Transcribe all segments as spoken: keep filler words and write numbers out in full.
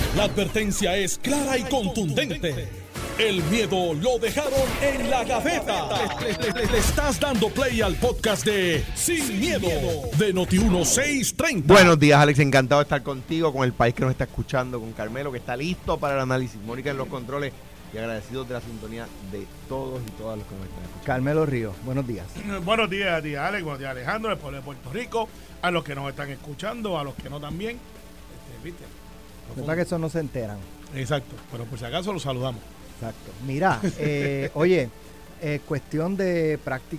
La advertencia es clara y contundente. El miedo lo dejaron en la gaveta. Le, le- le- le estás dando play al podcast de Sin, Miedo, de Noti uno seiscientos treinta. Buenos días, Alex. Encantado de estar contigo, con el país que nos está escuchando, con Carmelo, que está listo para el análisis, Mónica en los controles, y agradecidos de la sintonía de todos y todas los que nos están escuchando. Carmelo Ríos, buenos días. Buenos días a ti, Alex, buenos días, Alejandro, al pueblo de Puerto Rico, a los que nos están escuchando, a los que no también. Este, ¿viste? Sepa que eso no se enteran. Exacto, pero por si acaso los saludamos. Exacto. Mira, eh, oye, eh, cuestión de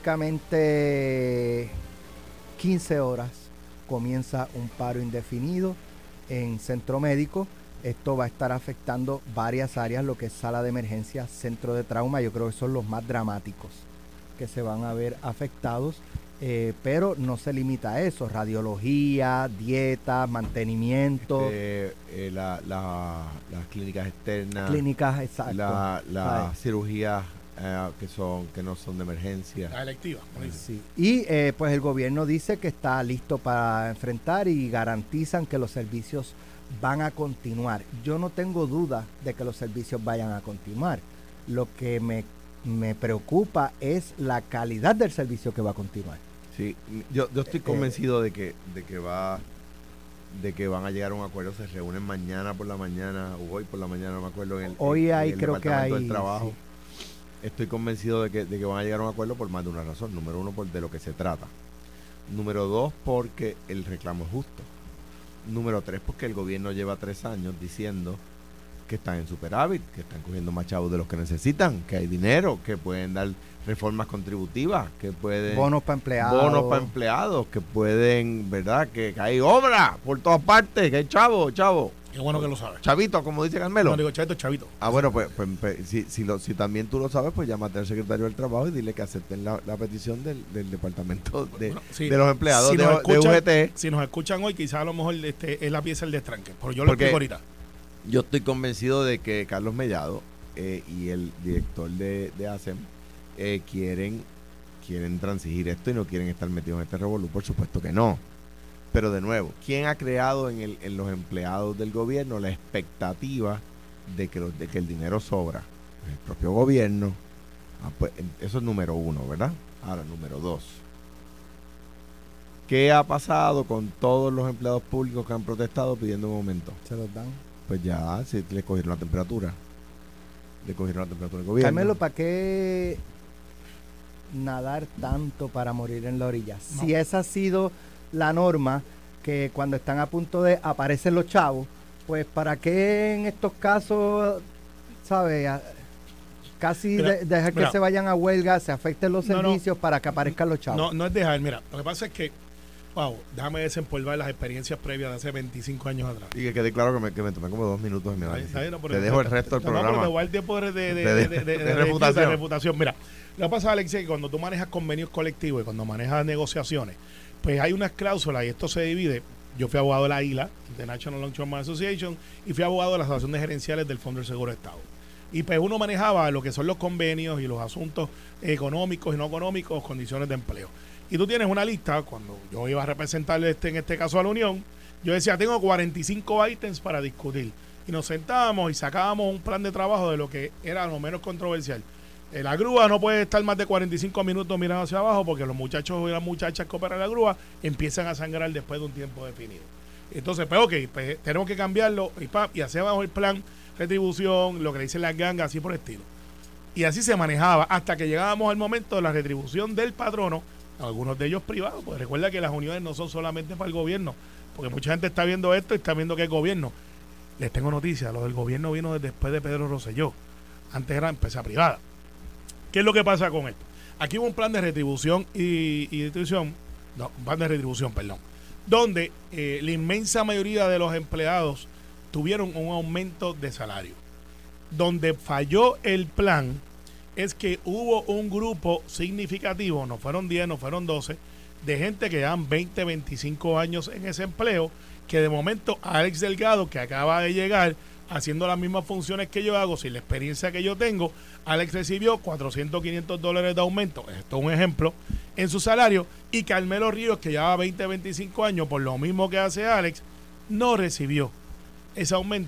prácticamente quince horas comienza un paro indefinido en centro médico. Esto va a estar afectando varias áreas, lo que es sala de emergencia, centro de trauma. Yo creo que son los más dramáticos que se van a ver afectados. Eh, pero no se limita a eso, radiología, dieta, mantenimiento, Eh, eh, la- la- las clínicas externas, clínicas, exacto. la- las ¿sabes? cirugías eh, que son que no son de emergencia. La electiva, como dicen. Sí. Y eh, pues el gobierno dice que está listo para enfrentar y garantizan que los servicios van a continuar. Yo no tengo duda de que los servicios vayan a continuar. Lo que me, me preocupa es la calidad del servicio que va a continuar. Sí, yo, yo estoy Eh, convencido de que de que va de que van a llegar a un acuerdo. Se reúnen mañana por la mañana o hoy por la mañana, no me acuerdo, en el, Hoy en hay, el creo que Departamento hay, del Trabajo. sí. Estoy convencido de que, de que van a llegar a un acuerdo por más de una razón. Número uno, por de lo que se trata. Número dos, porque el reclamo es justo. Número tres, porque el gobierno lleva tres años diciendo que están en superávit, que están cogiendo más chavos de los que necesitan, que hay dinero, que pueden dar reformas contributivas, que pueden... Bonos para empleados. Bonos para empleados, que pueden, ¿verdad? Que, que hay obra por todas partes, que hay chavos, chavos. Qué bueno que lo sabes. Chavito, como dice Carmelo. No digo chavito, chavito. Ah, bueno, pues, pues, pues, si, si, lo, si también tú lo sabes, pues llámate al secretario del Trabajo y dile que acepten la, la petición del, del departamento de, Bueno, sí. de los empleados Si de, nos de escuchan- U G T. Si nos escuchan hoy, quizás a lo mejor este, es la pieza del destranque, pero yo lo Porque- explico ahorita. Yo estoy convencido de que Carlos Mellado eh, y el director de, de A S E M eh, quieren, quieren transigir esto y no quieren estar metidos en este revolú. Por supuesto que no. Pero de nuevo, ¿quién ha creado en, el, en los empleados del gobierno la expectativa de que, los, de que el dinero sobra? El propio gobierno. Ah, pues, eso es número uno, ¿verdad? Ahora, número dos. ¿Qué ha pasado con todos los empleados públicos que han protestado pidiendo un aumento? Se los dan. Pues ya, si le cogieron la temperatura. Le cogieron la temperatura del gobierno. Carmelo, ¿para qué nadar tanto para morir en la orilla? No. Si esa ha sido la norma, que cuando están a punto de aparecen los chavos, pues ¿para qué en estos casos, sabes, a- casi Mira, de- dejar que mira. se vayan a huelga, se afecten los No, no. servicios para que aparezcan los chavos? No, no es dejar, mira, lo que pasa es que, wow, déjame desempolvar las experiencias previas de hace veinticinco años atrás. Y que quede claro que me, que me tomé como dos minutos en mi análisis. Está bien, no, pero- Te dejo el resto del No, no, pero programa. te voy a dar tiempo de, de, de, De- de, de- de- de de- reputación. de reputación. Mira, lo que pasa, Alex, es que cuando tú manejas convenios colectivos y cuando manejas negociaciones, pues hay unas cláusulas y esto se divide. Yo fui abogado de la I L A, International Longshoreman Association, y fui abogado de la Asociación de Gerenciales del Fondo del Seguro de Estado. Y pues uno manejaba lo que son los convenios y los asuntos económicos y no económicos, condiciones de empleo. Y tú tienes una lista, cuando yo iba a representar este, en este caso a la Unión, yo decía, tengo cuarenta y cinco ítems para discutir. Y nos sentábamos y sacábamos un plan de trabajo de lo que era lo menos controversial. Eh, La grúa no puede estar más de cuarenta y cinco minutos mirando hacia abajo porque los muchachos y las muchachas que operan la grúa empiezan a sangrar después de un tiempo definido. Entonces, pues ok, pues tenemos que cambiarlo y, pap, y hacer bajo el plan, retribución, lo que le dicen las gangas, así por el estilo. Y así se manejaba hasta que llegábamos al momento de la retribución del patrono, algunos de ellos privados, pues recuerda que las uniones no son solamente para el gobierno, porque mucha gente está viendo esto y está viendo que es gobierno. Les tengo noticias, lo del gobierno vino desde después de Pedro Rosselló, antes era empresa privada. ¿Qué es lo que pasa con esto? Aquí hubo un plan de retribución y, y distribución, no, un plan de retribución, perdón, donde eh, la inmensa mayoría de los empleados tuvieron un aumento de salario. Donde falló el plan es que hubo un grupo significativo, no fueron diez, no fueron doce, de gente que llevan veinte, veinticinco años en ese empleo, que de momento Alex Delgado, que acaba de llegar, haciendo las mismas funciones que yo hago, sin la experiencia que yo tengo, Alex recibió cuatrocientos, quinientos dólares de aumento, esto es un ejemplo, en su salario, y Carmelo Ríos, que lleva veinte, veinticinco años, por lo mismo que hace Alex, no recibió ese aumento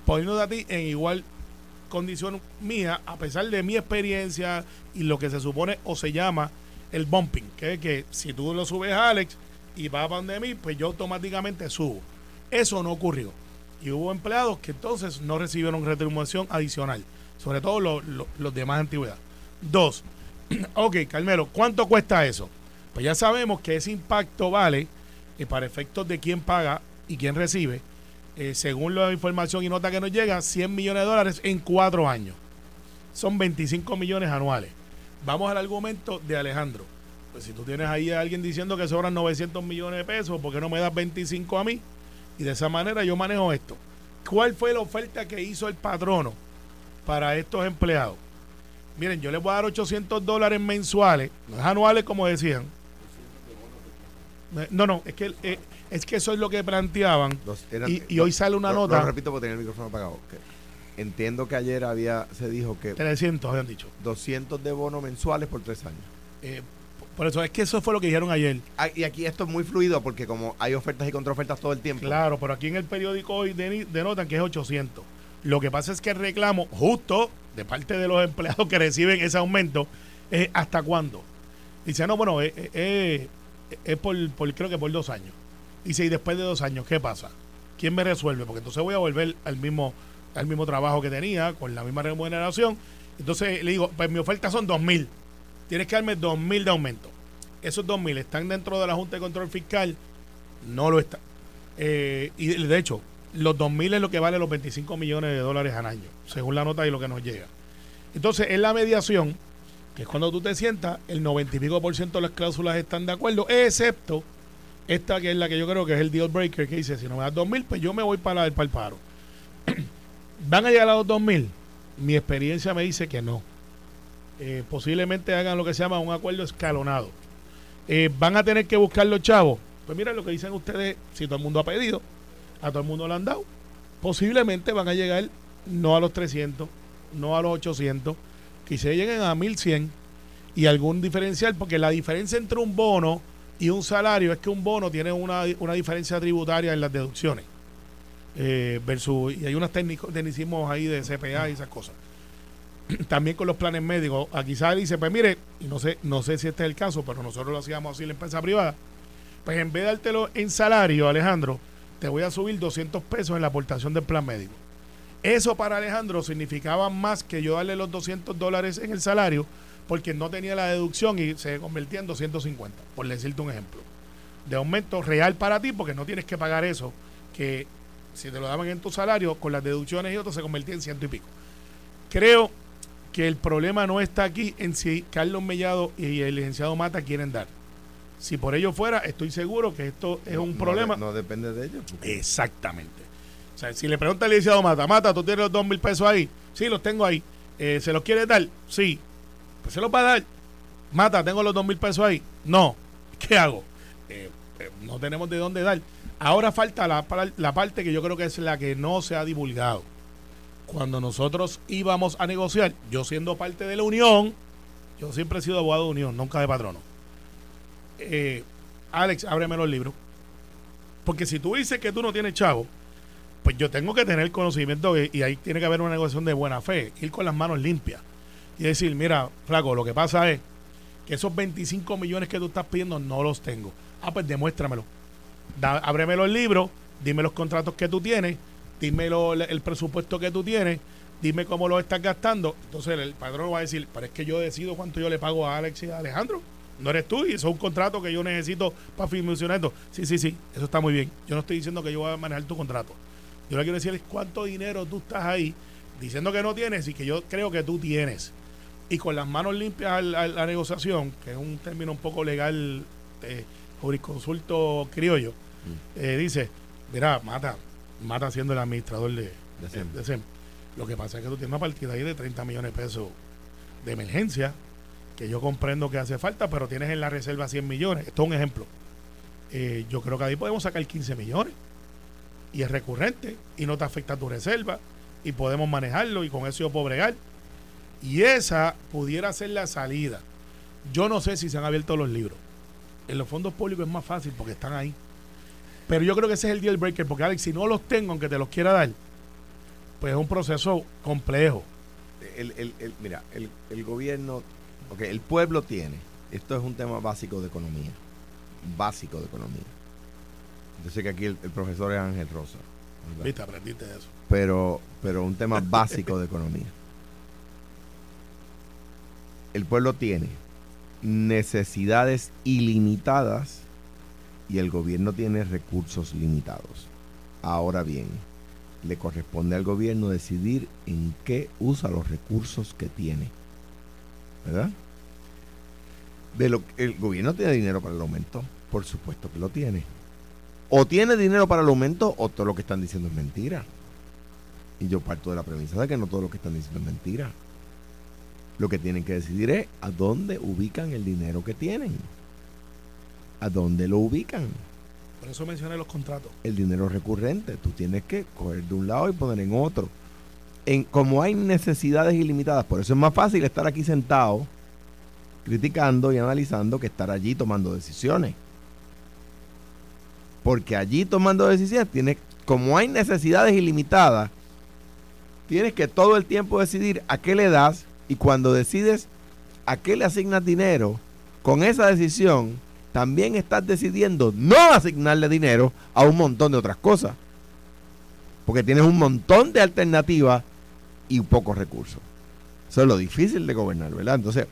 poniéndote a ti en igual condición mía, a pesar de mi experiencia y lo que se supone o se llama el bumping, que es que si tú lo subes a Alex y va para donde mí, pues yo automáticamente subo. Eso no ocurrió. Y hubo empleados que entonces no recibieron retribución adicional, sobre todo lo, lo, los de más antigüedad. Dos, ok, Carmelo, ¿cuánto cuesta eso? Pues ya sabemos que ese impacto vale, eh, para efectos de quién paga y quién recibe, eh, según la información y nota que nos llega, cien millones de dólares en cuatro años. Son veinticinco millones anuales. Vamos al argumento de Alejandro. Pues si tú tienes ahí a alguien diciendo que sobran novecientos millones de pesos, ¿por qué no me das veinticinco a mí? Y de esa manera yo manejo esto. ¿Cuál fue la oferta que hizo el patrono para estos empleados? Miren, yo les voy a dar ochocientos dólares mensuales, no es anuales como decían. No, no, es que eh, es que eso es lo que planteaban. Los, eran, y, y hoy sale una lo, nota. Lo repito porque tenía el micrófono apagado. Que entiendo que ayer había se dijo que trescientos habían dicho. doscientos de bonos mensuales por tres años. Eh, por eso es que eso fue lo que dijeron ayer. Ah, y aquí esto es muy fluido porque como hay ofertas y contraofertas todo el tiempo. Claro, pero aquí en el periódico hoy denotan que es ochocientos. Lo que pasa es que el reclamo justo de parte de los empleados que reciben ese aumento es ¿hasta cuándo? Dice, no, bueno, es, es, es por, por, creo que por dos años. Dice, y después de dos años, ¿qué pasa? ¿Quién me resuelve? Porque entonces voy a volver al mismo, al mismo trabajo que tenía, con la misma remuneración. Entonces le digo, pues mi oferta son dos mil. Tienes que darme dos mil de aumento. Esos dos mil están dentro de la Junta de Control Fiscal, no lo están. Eh, y de hecho, los dos mil es lo que vale los veinticinco millones de dólares al año, según la nota y lo que nos llega. Entonces, en la mediación, que es cuando tú te sientas, el noventa y pico por ciento de las cláusulas están de acuerdo, excepto esta que es la que yo creo que es el deal breaker, que dice, si no me das dos mil, pues yo me voy para, para el paro. ¿Van a llegar a los dos mil? Mi experiencia me dice que no. Eh, posiblemente hagan lo que se llama un acuerdo escalonado. Eh, ¿Van a tener que buscar los chavos? Pues mira lo que dicen ustedes, si todo el mundo ha pedido, a todo el mundo lo han dado, posiblemente van a llegar no a los trescientos, no a los ochocientos, quizás lleguen a mil cien y algún diferencial, porque la diferencia entre un bono y un salario es que un bono tiene una, una diferencia tributaria en las deducciones, eh, versus, y hay unos técnicos, tecnicismos ahí de C P A y esas cosas. También con los planes médicos, aquí sale y dice, pues mire, y no sé, no sé si este es el caso, pero nosotros lo hacíamos así en la empresa privada, pues en vez de dártelo en salario, Alejandro, te voy a subir doscientos pesos en la aportación del plan médico. Eso para Alejandro significaba más que yo darle los doscientos dólares en el salario, porque no tenía la deducción y se convertía en doscientos cincuenta, por decirte un ejemplo. De aumento real para ti, porque no tienes que pagar eso, que si te lo daban en tu salario, con las deducciones y otros, se convertía en ciento y pico. Creo que el problema no está aquí en si Carlos Mellado y el licenciado Mata quieren dar. Si por ello fuera, estoy seguro que esto es no, un no problema. De, no depende de ellos. Porque... Exactamente. O sea, si le pregunta al licenciado Mata, Mata, ¿tú tienes los dos mil pesos ahí? Sí, los tengo ahí. Eh, ¿Se los quieres dar? Sí. Pues se los va a dar. Mata, ¿tengo los dos mil pesos ahí? No. ¿Qué hago? Eh, eh, no tenemos de dónde dar. Ahora falta la, la parte que yo creo que es la que no se ha divulgado. Cuando nosotros íbamos a negociar, yo siendo parte de la unión, yo siempre he sido abogado de unión, nunca de patrono. Eh, Alex, ábreme los libros. Porque si tú dices que tú no tienes chavo, pues yo tengo que tener conocimiento de, y ahí tiene que haber una negociación de buena fe, ir con las manos limpias y decir, mira, flaco, lo que pasa es que esos veinticinco millones que tú estás pidiendo no los tengo. Ah, pues demuéstramelo. Da, ábreme los libros, dime los contratos que tú tienes, dime lo, el presupuesto que tú tienes, dime cómo lo estás gastando. Entonces el patrón va a decir, pero es que yo decido cuánto yo le pago a Alex y a Alejandro. No eres tú, y eso es un contrato que yo necesito para funcionar esto. Sí, sí, sí, eso está muy bien. Yo no estoy diciendo que yo voy a manejar tu contrato. Yo lo que quiero decir es cuánto dinero tú estás ahí diciendo que no tienes y que yo creo que tú tienes. Y con las manos limpias a la, a la negociación, que es un término un poco legal, eh, jurisconsulto criollo, mm. eh, dice, mira, Mata, Mata siendo el administrador de, de, SEM. de, de SEM. Lo que pasa es que tú tienes una partida ahí de treinta millones de pesos de emergencia, que yo comprendo que hace falta, pero tienes en la reserva cien millones. Esto es un ejemplo. Eh, yo creo que ahí podemos sacar quince millones y es recurrente y no te afecta tu reserva y podemos manejarlo y con eso yo puedo bregar. Y esa pudiera ser la salida. Yo no sé si se han abierto los libros. En los fondos públicos es más fácil porque están ahí. Pero yo creo que ese es el deal breaker, porque Alex, si no los tengo, aunque te los quiera dar, pues es un proceso complejo. El, el, el, mira, el, el gobierno, okay, el pueblo tiene, esto es un tema básico de economía, básico de economía. Yo sé que aquí el, el profesor es Ángel Rosa, ¿verdad? Viste, aprendiste eso. Pero, pero un tema básico de economía. El pueblo tiene necesidades ilimitadas y el gobierno tiene recursos limitados. Ahora bien, le corresponde al gobierno decidir en qué usa los recursos que tiene, ¿verdad? De lo, el gobierno tiene dinero para el aumento, por supuesto que lo tiene. O tiene dinero para el aumento o todo lo que están diciendo es mentira. Y yo parto de la premisa de que no todo lo que están diciendo es mentira. Lo que tienen que decidir es a dónde ubican el dinero que tienen. ¿A dónde lo ubican? Por eso mencioné los contratos. El dinero recurrente. Tú tienes que coger de un lado y poner en otro. En, como hay necesidades ilimitadas, por eso es más fácil estar aquí sentado criticando y analizando que estar allí tomando decisiones. Porque allí tomando decisiones, tienes, como hay necesidades ilimitadas, tienes que todo el tiempo decidir a qué le das, y cuando decides a qué le asignas dinero, con esa decisión también estás decidiendo no asignarle dinero a un montón de otras cosas. Porque tienes un montón de alternativas y pocos recursos. Eso es lo difícil de gobernar, ¿verdad? Entonces,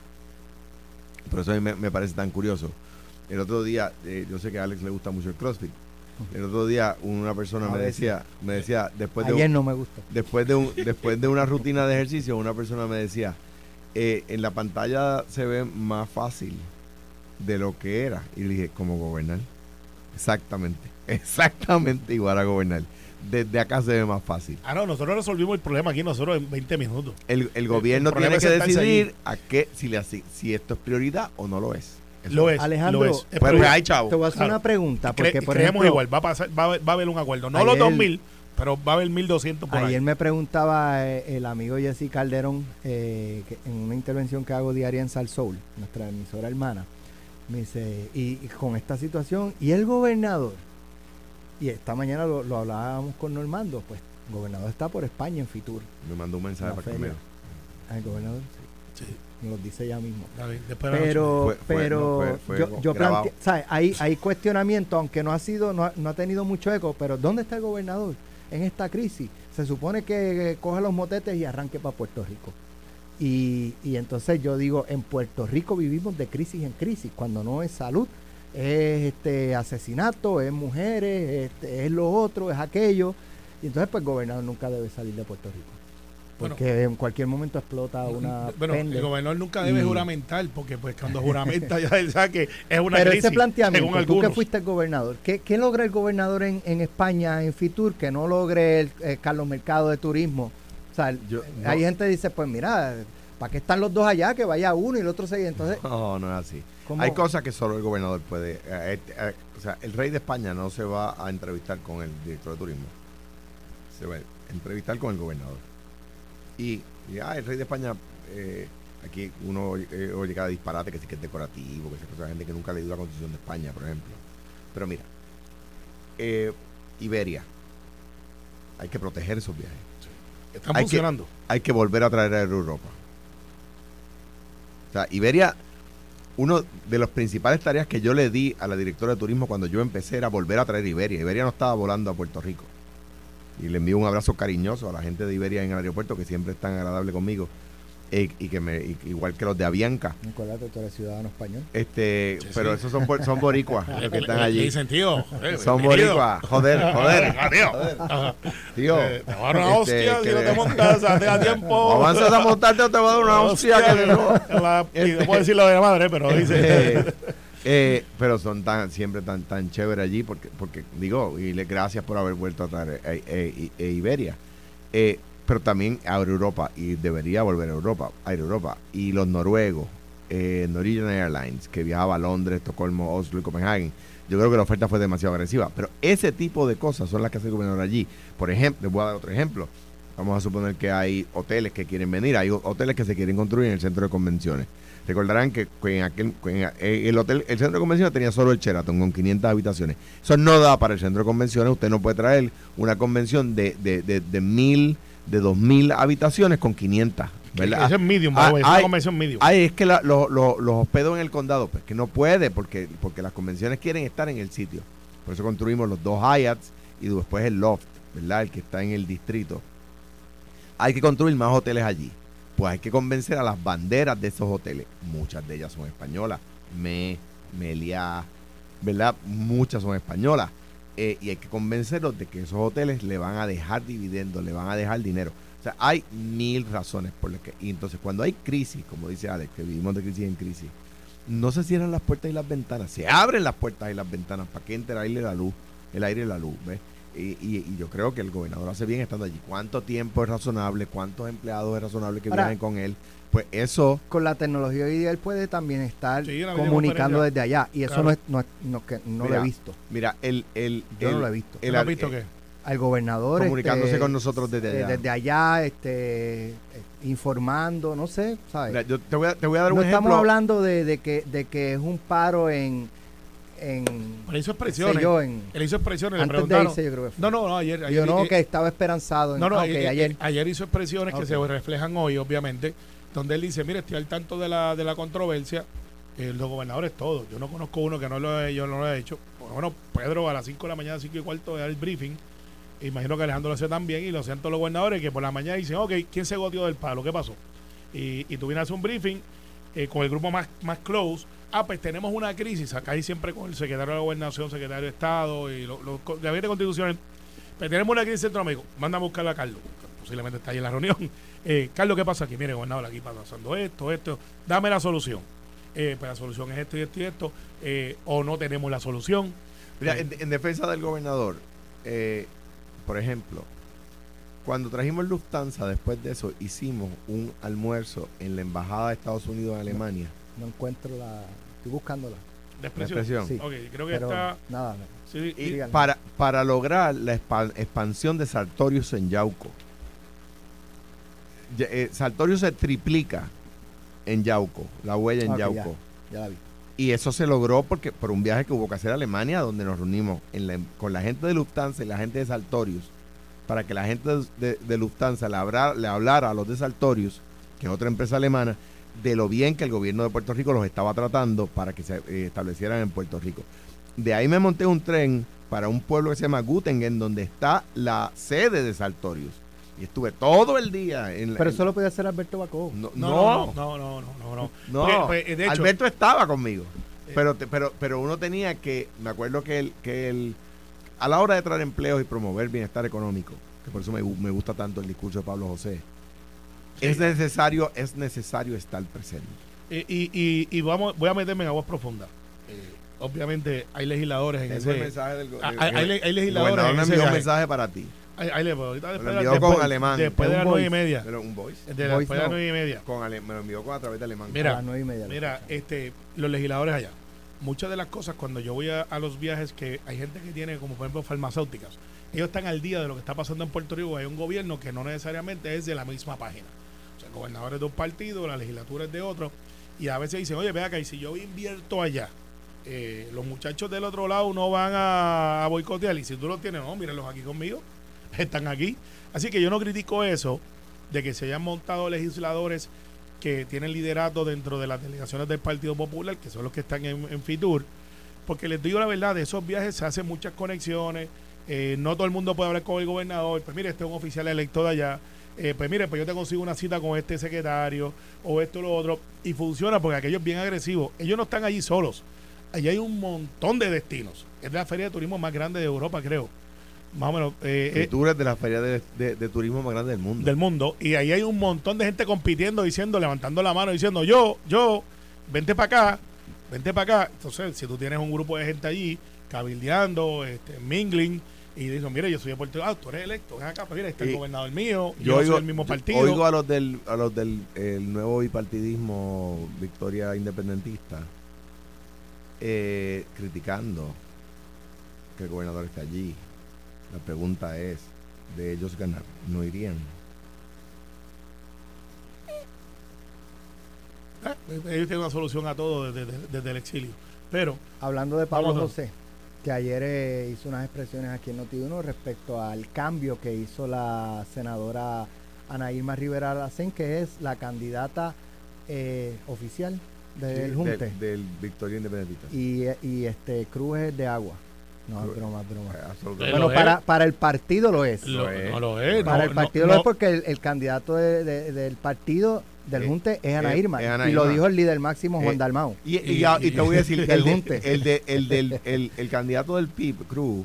por eso a mí me, me parece tan curioso. El otro día, eh, yo sé que a Alex le gusta mucho el CrossFit. El otro día una persona me decía, me decía, después de ayer un, no me gustó. Después de un, después de una rutina de ejercicio, una persona me decía, eh, en la pantalla se ve más fácil de lo que era. Y le dije, ¿cómo gobernar? Exactamente, exactamente igual a gobernar. Desde acá se ve más fácil. Ah, no, nosotros resolvimos el problema aquí nosotros en veinte minutos. El, el gobierno el tiene que decidir allí. a qué, si, le, si, si esto es prioridad o no lo es. Eso Lo es, Alejandro, lo es. Es Pues, pues, ay, chavo. te voy a hacer Claro. una pregunta. Porque, Cre- por creemos ejemplo, igual, va a, pasar, va, a haber, va a haber un acuerdo. No ayer- los dos mil, pero va a haber mil doscientos por Ayer ahí. me preguntaba eh, el amigo Jesse Calderón, eh, que en una intervención que hago diaria en Sal Soul, nuestra emisora hermana, me dice, y, y con esta situación, ¿y el gobernador? Y esta mañana lo, lo hablábamos con Normando, pues el gobernador está por España en Fitur. Me mandó un mensaje La para que feria. me... Ah, el gobernador, sí, Sí, nos lo dice ya mismo. está bien, después de la Pero, Fue- fue- pero no, fue- fue yo, yo grabado. plante- ¿sabes? Hay, hay cuestionamiento, aunque no ha sido, no ha, no ha tenido mucho eco, pero ¿dónde está el gobernador en esta crisis? Se supone que, eh, coja los motetes y arranque para Puerto Rico. Y, y entonces yo digo, en Puerto Rico vivimos de crisis en crisis, cuando no es salud, es este asesinato, es mujeres, este, es lo otro, es aquello. Y entonces pues el gobernador nunca debe salir de Puerto Rico. Porque Bueno, en cualquier momento explota una bueno, pende. el gobernador nunca debe Y- juramentar, porque pues cuando juramenta ya él sabe que es una Pero crisis. ese planteamiento, según tú que algunos. fuiste el gobernador, ¿qué, qué logra el gobernador en, en España, en Fitur, que no logre el eh, Carlos Mercado de Turismo? O sea, Yo- hay no. gente que dice, pues mira, ¿para qué están los dos allá? Que vaya uno y el otro sigue. Entonces, No, no es así. ¿cómo? Hay cosas que solo el gobernador puede... eh, eh, o sea, el rey de España no se va a entrevistar con el director de turismo. Se va a entrevistar con el gobernador. Y, y ah, el rey de España... Eh, aquí uno eh, oye cada disparate que sí que es decorativo, que se cosa, gente que nunca ha leído la Constitución de España, por ejemplo. Pero mira, eh, Iberia, hay que proteger esos viajes. Están hay que- funcionando. Hay que volver a traer a Europa. O sea, Iberia, uno de las principales tareas que yo le di a la directora de turismo cuando yo empecé era volver a traer Iberia. Iberia no estaba volando a Puerto Rico. Y le envío un abrazo cariñoso a la gente de Iberia en el aeropuerto, que siempre es tan agradable conmigo. eh, y que me y- igual que los de Avianca. Nicolás, tú eres ciudadano español. Este, Sí, pero sí. esos son, por- son boricuas los que están Le- le allí. dicen, tío, eh, Son bienvenido. boricuas. Joder, joder. Tío. Ajá. Tío. Eh, te voy a dar una Este, hostia si que no le- te montas hace a tiempo. O avanzas a montarte o te voy a dar una hostia que no. La- y no puedo decir lo de la madre, pero dice. Eh, eh, pero son tan siempre tan tan chévere allí porque porque digo y le gracias por haber vuelto a traer eh, eh, eh, Iberia, eh, pero también a Europa y debería volver a Europa a Europa y los noruegos, eh, Norwegian Airlines, que viajaba a Londres, Estocolmo, Oslo y Copenhague. Yo creo que la oferta fue demasiado agresiva, pero ese tipo de cosas son las que hace el gobernador allí. Por ejemplo, les voy a dar otro ejemplo. Vamos a suponer que hay hoteles que quieren venir, hay hoteles que se quieren construir en el centro de convenciones. Recordarán que en aquel, en el hotel, el centro de convenciones tenía solo el Sheraton con quinientas habitaciones. Eso no da para el centro de convenciones. Usted no puede traer una convención de, de, de, de mil, de dos mil habitaciones con quinientas, ¿verdad? Eso es medium, ah, es ay, una convención medium. Ay, es que la, lo, lo, los hospedos en el condado, pues que no puede, porque, porque las convenciones quieren estar en el sitio. Por eso construimos los dos Hyatts y después el Loft, ¿verdad? El que está en el distrito. Hay que construir más hoteles allí. Pues hay que convencer a las banderas de esos hoteles. Muchas de ellas son españolas. Me, Meliá, ¿verdad? Muchas son españolas. Eh, y hay que convencerlos de que esos hoteles le van a dejar dividendos, le van a dejar dinero. O sea, hay mil razones por las que... Y entonces, cuando hay crisis, como dice Alex, que vivimos de crisis en crisis, no se cierran las puertas y las ventanas, se abren las puertas y las ventanas para que entre el aire y la luz, el aire y la luz, ¿ves? Y, y, y yo creo que el gobernador hace bien estando allí. ¿Cuánto tiempo es razonable? ¿Cuántos empleados es razonable que Ahora, viajen con él? Pues eso... Con la tecnología hoy día él puede también estar Sí, una comunicando videoconferencia. desde allá. Y eso Claro. no es, no, es- no, que no Mira, lo he visto. Mira, el... el Yo el, no lo he visto. el- ¿Tú has el- visto el- qué? Al gobernador. Comunicándose este, con nosotros desde eh, allá. desde allá, este, eh, informando, no sé, ¿sabes? Mira, yo te voy a, te voy a dar no un estamos ejemplo. hablando de, de que, de que es un paro en... en Pero hizo qué expresiones. sé yo, en, Él hizo expresiones, le antes de preguntaron. irse yo creo que fue. No, no, no, ayer. ayer Yo no, eh, que estaba esperanzado. En, No, no, ah, ok, eh, eh, ayer. ayer hizo expresiones Ok. que se reflejan hoy, obviamente, donde él dice, mire, estoy al tanto de la, de la controversia, eh, los gobernadores todos, yo no conozco uno que no lo haya, yo no lo he hecho, bueno, Pedro a las cinco de la mañana, cinco y cuarto, da el briefing, imagino que Alejandro lo hace también, y lo hacen todos los gobernadores, que por la mañana dicen, ok, ¿quién se goteó del palo? ¿Qué pasó? Y, y tú vienes a hacer un briefing eh, con el grupo más, más close, ah, pues tenemos una crisis, acá hay siempre con el secretario de la Gobernación, secretario de Estado, y los lo, gabinetes constitucionales, pero tenemos una crisis en Centroamérica, manda a buscarla a Carlos, posiblemente está ahí en la reunión. Eh, Carlos, ¿qué pasa aquí? Mire, gobernador, aquí está pasando esto, esto, dame la solución. Eh, pues la solución es esto y esto y esto, eh, o no tenemos la solución. Mira, Eh, en, en defensa del gobernador, eh, por ejemplo, cuando trajimos Lufthansa, después de eso, hicimos un almuerzo en la Embajada de Estados Unidos en Alemania. No encuentro la... Estoy buscándola. de expresión. La expresión. Sí. Ok, creo que Pero está. nada, Sí, Y y- díganme. para, para lograr la expa- expansión de Sartorius en Yauco. Ya, eh, Sartorius se triplica en Yauco, la huella en Ok, Yauco. ya la vi. Y eso se logró porque por un viaje que hubo que hacer a Alemania, donde nos reunimos en la- con la gente de Lufthansa y la gente de Sartorius, para que la gente de, de- de Lufthansa le, hablara, le hablara a los de Sartorius, que es otra empresa alemana, de lo bien que el gobierno de Puerto Rico los estaba tratando para que se eh, establecieran en Puerto Rico. De ahí me monté un tren para un pueblo que se llama Göttingen, donde está la sede de Sartorius. Y estuve todo el día en la... Pero en- eso lo puede hacer Alberto Bacó. no, no, no, no, no, no, no, no, no. no, Porque, pues, de hecho, Alberto estaba conmigo. Eh, Pero, te- pero, pero uno tenía que, me acuerdo que el, que el, a la hora de traer empleos y promover bienestar económico, que por eso me, gu- me gusta tanto el discurso de Pablo José, Sí. es necesario, es necesario estar presente. y, y, y, y vamos, voy a meterme en aguas profundas. Eh, obviamente hay legisladores en Tengo ese. el mensaje del go- hay, del- hay, hay el legisladores gobernador en me ese envió un viaje. mensaje para ti. Ahí, ahí le puedo. Ahorita Me después, lo envió después- con alemán. Después de Un las nueve y voice. media. Pero un voice. De la- Voice después de las no. nueve y media. Con ale- me lo envió con a través de alemán. Mira, A las nueve y media. Mira, este, los legisladores allá. Muchas de las cosas cuando yo voy a, a los viajes que hay gente que tiene, como por ejemplo farmacéuticas, ellos están al día de lo que está pasando en Puerto Rico. Hay un gobierno que no necesariamente es de la misma página. O sea, gobernadores de un partido, la legislatura es de otro. Y a veces dicen, oye, ve acá, y si yo invierto allá, eh, los muchachos del otro lado no van a, a boicotear. Y si tú los tienes, no, mírenlos aquí conmigo. Están aquí. Así que yo no critico eso, de que se hayan montado legisladores que tienen liderato dentro de las delegaciones del Partido Popular, que son los que están en, en Fitur, porque les digo la verdad, de esos viajes se hacen muchas conexiones, eh, no todo el mundo puede hablar con el gobernador, pues mire, este es un oficial electo de allá, eh, pues mire, pues yo te consigo una cita con este secretario, o esto o lo otro, y funciona porque aquello es bien agresivo, ellos no están allí solos, allí hay un montón de destinos, es la feria de turismo más grande de Europa, creo, más o menos, eh, eh, Tú eres de la feria de, de- de turismo más grande del mundo. del mundo, y ahí hay un montón de gente compitiendo, diciendo, levantando la mano, diciendo, yo, yo, vente para acá, vente para acá. Entonces, si tú tienes un grupo de gente allí, cabildeando, este, mingling, y dicen, mire, yo soy de Puerto Rico, ah, tú eres electo, ven acá, pues mira, este es Y el gobernador mío, yo, Yo soy oigo, del mismo yo partido. oigo a los del, a los del el nuevo bipartidismo Victoria Independentista eh, criticando que el gobernador está allí. La pregunta es, de ellos ganar, ¿no irían? Ah, ellos tienen una solución a todo desde, desde- desde el exilio. Pero, Hablando de Pablo Vamos a- José, que ayer eh, hizo unas expresiones aquí en Noti uno respecto al cambio que hizo la senadora Ana Irma Rivera Lacén, que es la candidata eh, oficial del Sí, Junte. Del, del Victoria Independentista. Y, y este Cruz es de Agua. No, Cruz- es broma, es broma. Eh, absolutamente. Pero Bueno, lo para, es. para el partido lo es. Lo- Lo es. no lo es. Para no, el partido no, lo no. es porque el, el candidato de- de- del partido del Eh, Junte es Ana eh, Irma. es Ana y lo Irma. dijo el líder máximo, Juan Eh, Dalmau. Y, y, Y- ya- y te voy a decir que el, Del de- Junte. el, de- el, del, el, el candidato del P I B, Cruz,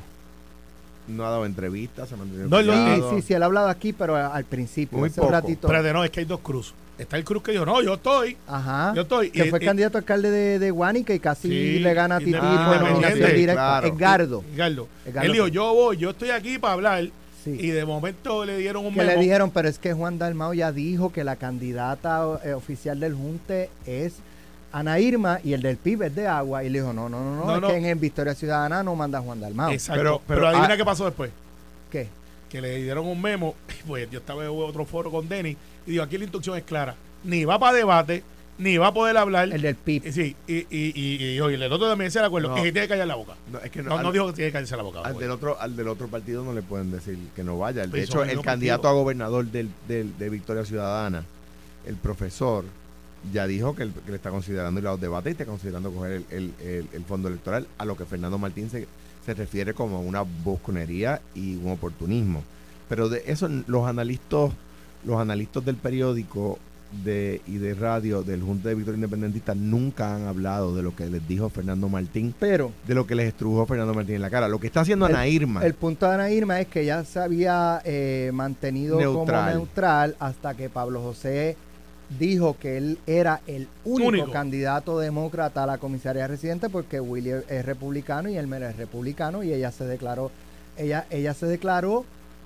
no ha dado entrevistas, se ha mantenido No, lo- Sí, callado. sí, sí, él ha hablado aquí, pero al principio, Muy hace un poco. ratito. Espérate, no, es que hay dos Cruz. Está el Cruz que dijo, no, yo estoy. Ajá. Yo estoy. Que Y- fue y- candidato a alcalde de, de Guánica y casi Sí, le gana a Tití independiente. por Ah, nominación sí, directa. claro. Edgardo. Edgardo. Edgardo. Él dijo, yo voy, yo estoy aquí para hablar. Sí. Y de momento le dieron un Que le memo. dijeron, pero es que Juan Dalmau ya dijo que la candidata eh, oficial del Junte es Ana Irma y el del P I B es de Agua. Y le dijo, no, no, no, no, No, es no. que en, en Victoria Ciudadana no manda Juan Dalmau. Exacto. Pero- Pero, pero- adivina ah, qué pasó después. ¿Qué? Que le dieron un memo. Pues yo estaba en otro foro con Denis. Y digo, aquí la instrucción es clara. Ni va para debate, ni va a poder hablar. El del P I B. Y sí, y, y, y, y, oye, el otro también se de acuerdo. No. Que se tiene que callar la boca. No, es que no, No, al, no dijo que tiene que callarse la boca. al güey. del otro, al del otro partido no le pueden decir que no vaya. De Pues hecho, son el el mismo candidato partido. a gobernador del, del, de Victoria Ciudadana, el profesor, ya dijo que, el- que le está considerando ir a los debates y está considerando coger el, el, el- el fondo electoral, a lo que Fernando Martín se, se refiere como una bosconería y un oportunismo. Pero de eso los analistas, los analistas del periódico de, y de radio del Junta de Victoria Independentista nunca han hablado de lo que les dijo Fernando Martín, Pero de lo que les estrujó Fernando Martín en la cara. Lo que está haciendo El- Ana Irma. el punto de Ana Irma es que ella se había eh, mantenido Neutral. como neutral hasta que Pablo José dijo que él era el único, Único. candidato demócrata a la comisaría residente porque Willy es republicano y Elmer es republicano y ella se declaró, ella, ella se declaró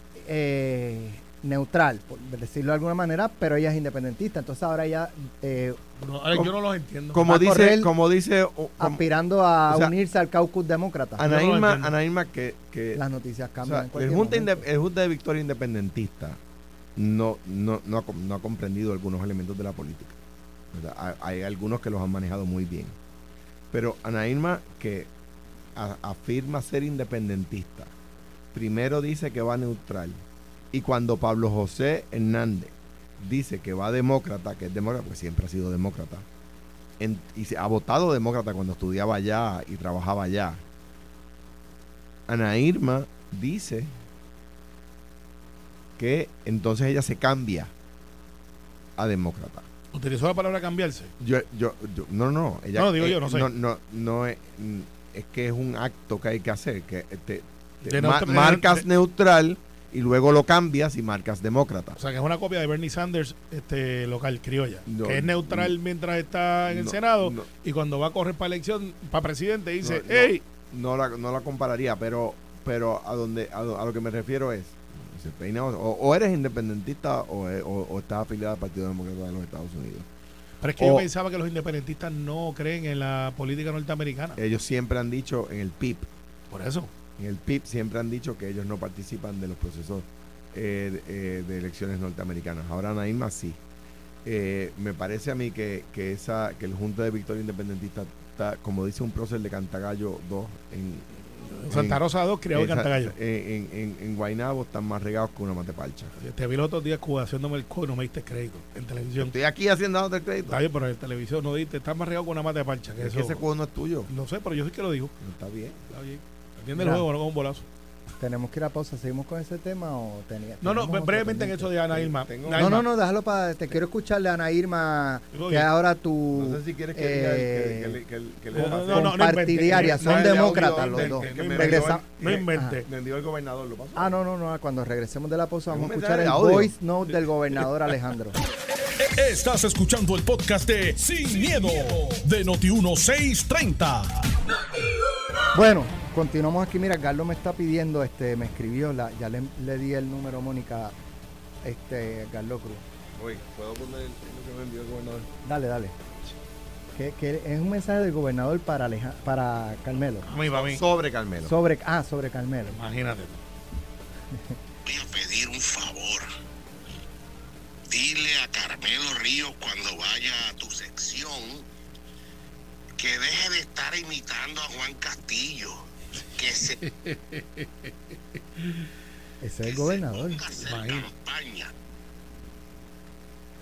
eh, neutral, por decirlo de alguna manera, pero ella es independentista. Entonces ahora ella eh, No, ay, yo no los entiendo. como va a dice, correr como dice o- como- aspirando a o sea, unirse al caucus demócrata. Ana Yo no lo Irma, entiendo. Ana Irma que, que Las noticias o cambian. sea, en el, cualquier Junta momento. Inde- el Junta de Victoria Independentista no, no, no, ha, com- no ha comprendido algunos elementos de la política. ¿Verdad? Hay, hay algunos que los han manejado muy bien. Pero Ana Irma, que a- afirma ser independentista, primero dice que va neutral. Y cuando Pablo José Hernández dice que va demócrata, que es demócrata, pues siempre ha sido demócrata, en- y se ha votado demócrata cuando estudiaba allá y trabajaba allá. Ana Irma dice que entonces ella se cambia a demócrata. Utilizó la palabra cambiarse. Yo, yo, yo- no, no, ella, No, digo yo, no sé. No, no, no es, mm, es que es un acto que hay que hacer, que te, te De ma- neutral- marcas de- neutral y luego lo cambias y marcas demócrata. O sea, que es una copia de Bernie Sanders este local, criolla. No, que es neutral no, mientras está en el no, Senado. no. Y cuando va a correr para elección, para presidente, dice, No, no. hey, No la, no la compararía, pero pero a donde a, lo- a lo que me refiero es se peina o, o eres independentista o, e- o, o estás afiliado al Partido Demócrata de los Estados Unidos. pero es que O- yo pensaba que los independentistas no creen en la política norteamericana. Ellos siempre han dicho en el P I B, Por eso. en el P I B siempre han dicho que ellos no participan de los procesos eh, de, eh, de elecciones norteamericanas. Ahora Ana Irma sí. Eh, me parece a mí que, que esa que el Junta de Victoria Independentista está, como dice un prócer de Cantagallo dos en Santa Rosa dos, criado en esa- Cantagallo. En, en, en, en Guaynabo están más regados que una matepalcha. Te vi los otros días Cuba haciéndome el co y no me diste crédito en televisión. Estoy aquí haciendo dándote el crédito. Está bien, pero en televisión no diste, estás más regado con una mate de pancha. Que Es eso, que ese juego no es tuyo. no sé, pero yo sí que lo digo. No está bien. Está bien. Atiende el Mira. juego, no con un bolazo. ¿Tenemos que ir a pausa? ¿Seguimos con ese tema o tenía? No, no, tenemos otro brevemente en pendiente? eso de Ana Irma. Tengo- Ana No, Irma, no, no, déjalo para. Te quiero escucharle a Ana Irma, Digo que bien. ahora tu. No sé si quieres que eh, diga el- que, que, que, que, que le no, no, hace- no, no, no compartidiaria, invente. son No, el de demócratas audio, los el- dos. el que No me Regresa- envió el- No invente. Me envió el gobernador, ¿lo pasó? Ah, no, no, no, cuando regresemos de la pausa vamos a Un escuchar mensaje el de audio. voice note del gobernador Alejandro. Estás escuchando el podcast de Sin, Miedo, de Noti uno seiscientos treinta. Bueno, continuamos aquí. Mira, Carlos me está pidiendo, este, me escribió, la, ya le, le di el número a Mónica, este, Carlos Cruz. Oye, ¿puedo poner lo que me envió el gobernador? Dale, dale. Que, que es un mensaje del gobernador para Aleja- para Carmelo. A mí, para mí. Sobre Carmelo. Sobre, ah, sobre Carmelo. Imagínate. Voy a pedir un favor. Dile a Carmelo Ríos cuando vaya a tu sección que deje de estar imitando a Juan Castillo. Que se Ese es el gobernador. ponga a hacer Imagínate. campaña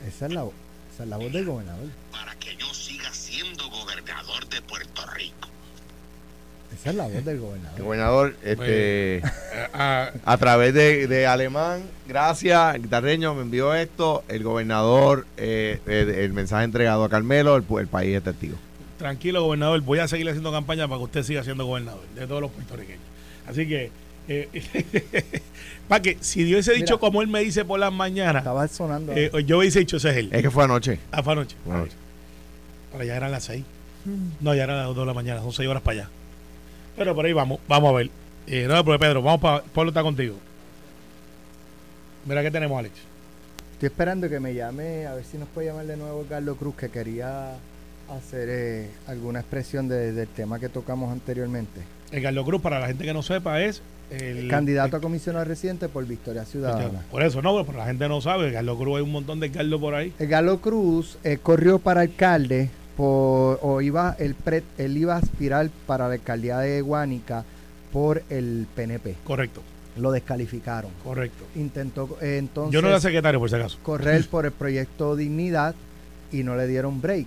Esa es la, esa es la voz del gobernador. Para que yo siga siendo gobernador de Puerto Rico. Esa es la voz del gobernador. Gobernador, este, Ah, a través de, de Alemán, gracias, guitarreño, me envió esto, el gobernador, eh, el, el mensaje entregado a Carmelo, el, el país es testigo. tranquilo, gobernador, voy a seguir haciendo campaña para que usted siga siendo gobernador de todos los puertorriqueños. Así que, eh, para que si Dios hubiese dicho Mira, como él me dice por las mañanas, Estaba sonando. eh, yo hubiese dicho ese es él. Es que fue anoche. Ah, fue anoche. Fue anoche. Para allá eran las seis. No, ya eran las dos de la mañana, son seis horas para allá. Pero por ahí vamos, vamos a ver. Eh, no, pero Pedro, vamos para. Pablo está contigo. Mira, ¿qué tenemos, Alex? Estoy esperando que me llame, a ver si nos puede llamar de nuevo Carlos Cruz, que quería hacer eh, alguna expresión de, del tema que tocamos anteriormente. El Carlos Cruz, para la gente que no sepa, es el. El candidato el, a comisionado residente por Victoria Ciudadana. Por eso, no, pero la gente no sabe. Carlos Cruz, hay un montón de Carlos por ahí. El Carlos Cruz eh, corrió para alcalde por, o iba el pre, él iba a aspirar para la alcaldía de Guánica por el P N P. Correcto, Lo descalificaron. correcto. Intentó eh, entonces Yo no era secretario, por si acaso. correr por el proyecto Dignidad y no le dieron break.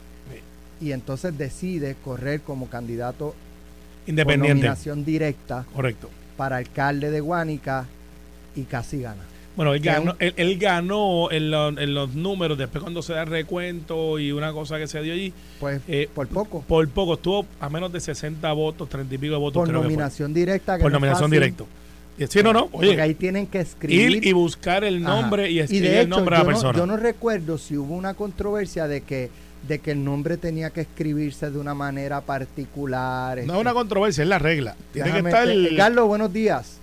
Y entonces decide correr como candidato por Independiente. nominación directa Correcto. para alcalde de Guánica y casi gana. Bueno, él Que ganó, un- él, él ganó en, lo- en los números, después cuando se da el recuento y una cosa que se dio allí, Pues eh, por poco. por poco, estuvo a menos de sesenta votos, treinta y pico de votos, Por creo nominación directa. que que fue. Por no es nominación fácil, directa. Y sí, no, no, Porque oye, ahí tienen que escribir. ir y buscar el nombre Ajá. y escribir de el hecho, nombre de yo la no- persona. Yo no recuerdo si hubo una controversia de que de que el nombre tenía que escribirse de una manera particular. No este. es una controversia, es la regla. Tiene Déjame que estar te- el... Carlos, buenos días.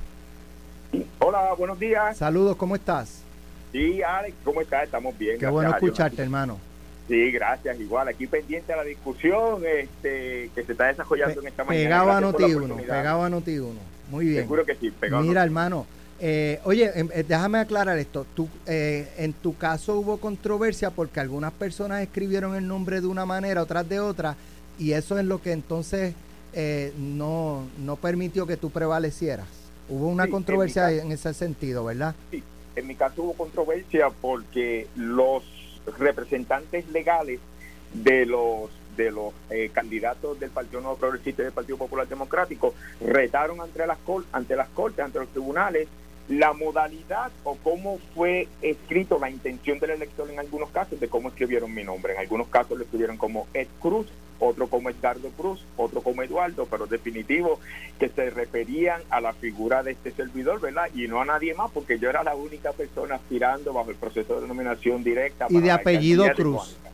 Hola, buenos días. Saludos, ¿cómo estás? Sí, Alex, ¿cómo estás? Estamos bien. Qué gracias bueno a Dios. escucharte, hermano. Sí, gracias. Igual, aquí pendiente a la discusión este, que se está desarrollando en esta mañana. Pegado a Gracias por la Noti uno, oportunidad. pegado a Noti uno. Muy bien. Seguro que sí, pegado a Mira, Noti uno. hermano, eh, oye, em, eh, déjame aclarar esto. Tú, eh, en tu caso hubo controversia porque algunas personas escribieron el nombre de una manera, otras de otra, y eso es lo que entonces eh, no, no permitió que tú prevalecieras. Hubo una Sí, en controversia mi en, ese sentido, ¿verdad? Sí, en mi caso hubo controversia porque los representantes legales de los de los eh, candidatos del Partido Nuevo Progresista y del Partido Popular Democrático retaron ante las cor- ante las cortes, ante los tribunales, la modalidad o cómo fue escrito la intención del elector en algunos casos, de cómo escribieron mi nombre. En algunos casos lo escribieron como Ed Cruz, otro como Edgardo Cruz, otro como Eduardo, pero definitivo que se referían a la figura de este servidor, ¿verdad? Y no a nadie más, porque yo era la única persona aspirando bajo el proceso de nominación directa. Y para de la apellido alcaldía de Cruz. Guánica.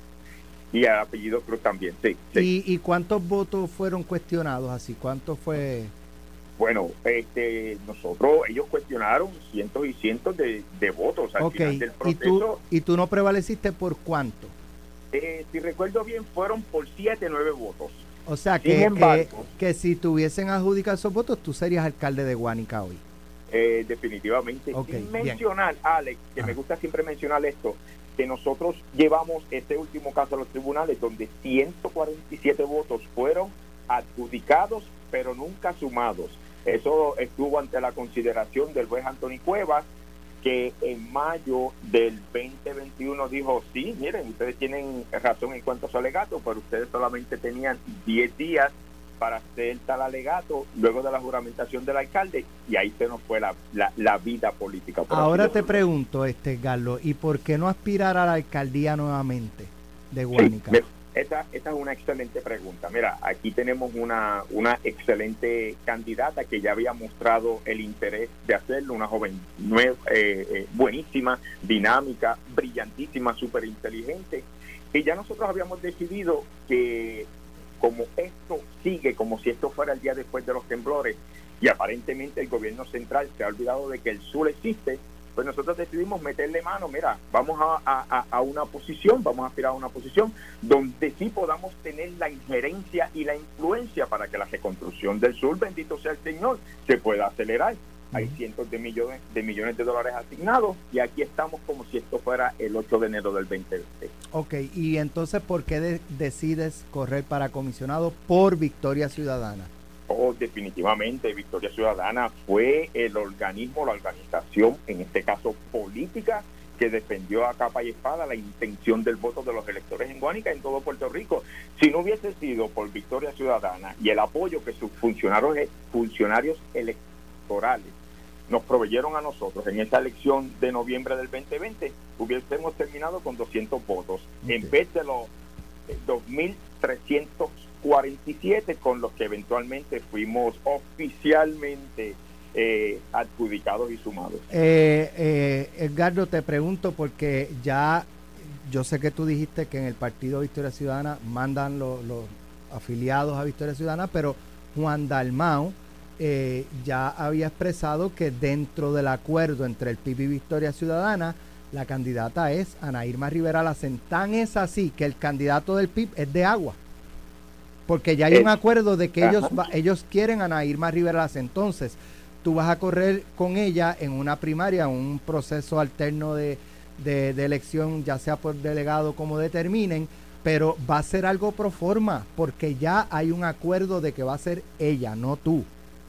Y el apellido Cruz también, sí. sí. ¿Y, ¿Y cuántos votos fueron cuestionados así? ¿Cuánto fue? Bueno, este, nosotros, ellos cuestionaron cientos y cientos de, de votos al Ok, final del ¿y tú, proceso. ¿y tú no prevaleciste por cuánto? Eh, si recuerdo bien, fueron por siete, nueve votos. O sea, Sin que, que, embargo- que si tuviesen adjudicado esos votos, tú serías alcalde de Guánica hoy. Eh, definitivamente. Ok, Sin bien. mencionar, Alex, que Ajá. me gusta siempre mencionar esto, que nosotros llevamos este último caso a los tribunales donde ciento cuarenta y siete votos fueron adjudicados, pero nunca sumados. Eso estuvo ante la consideración del juez Anthony Cuevas, que en mayo del veinte veintiuno dijo, sí, miren, ustedes tienen razón en cuanto a su alegato, pero ustedes solamente tenían diez días para hacer tal alegato luego de la juramentación del alcalde, y ahí se nos fue la, la, la vida política. por Ahora así te decirlo. pregunto, este Carlos, ¿y por qué no aspirar a la alcaldía nuevamente de Sí, Guánica? me- esa, esa es una excelente pregunta. Mira, aquí tenemos una, una excelente candidata que ya había mostrado el interés de hacerlo, una joven nueva, eh, eh, buenísima, dinámica, brillantísima, súper inteligente. Y ya nosotros habíamos decidido que como esto sigue, como si esto fuera el día después de los temblores, y aparentemente el gobierno central se ha olvidado de que el sur existe, pues nosotros decidimos meterle mano. Mira, vamos a, a, a una posición, vamos a aspirar a una posición donde sí podamos tener la injerencia y la influencia para que la reconstrucción del sur, bendito sea el Señor, se pueda acelerar. Hay cientos de millones de millones de dólares asignados y aquí estamos como si esto fuera el ocho de enero del veinte veinte. Ok, y entonces, ¿por qué de- decides correr para comisionado por Victoria Ciudadana? Oh, definitivamente, Victoria Ciudadana fue el organismo, la organización, en este caso política, que defendió a capa y espada la intención del voto de los electores en Guánica y en todo Puerto Rico. Si no hubiese sido por Victoria Ciudadana y el apoyo que sus funcionarios, funcionarios electorales nos proveyeron a nosotros en esa elección de noviembre del veinte veinte, hubiésemos terminado con doscientos votos, okay, en vez de los dos mil trescientos cuarenta y siete con los que eventualmente fuimos oficialmente eh, adjudicados y sumados. Eh, eh, Edgardo, te pregunto porque ya yo sé que tú dijiste que en el partido Victoria Ciudadana mandan los, los afiliados a Victoria Ciudadana, pero Juan Dalmau eh, ya había expresado que dentro del acuerdo entre el P I B y Victoria Ciudadana, la candidata es Ana Irma Rivera Lacén. Tan es así que el candidato del P I B es de Agua, porque ya hay un acuerdo de que ellos va, ellos quieren a Ana Irma Rivera Lacén. Entonces, tú vas a correr con ella en una primaria, un proceso alterno de, de, de elección, ya sea por delegado como determinen, pero va a ser algo pro forma, porque ya hay un acuerdo de que va a ser ella, no tú.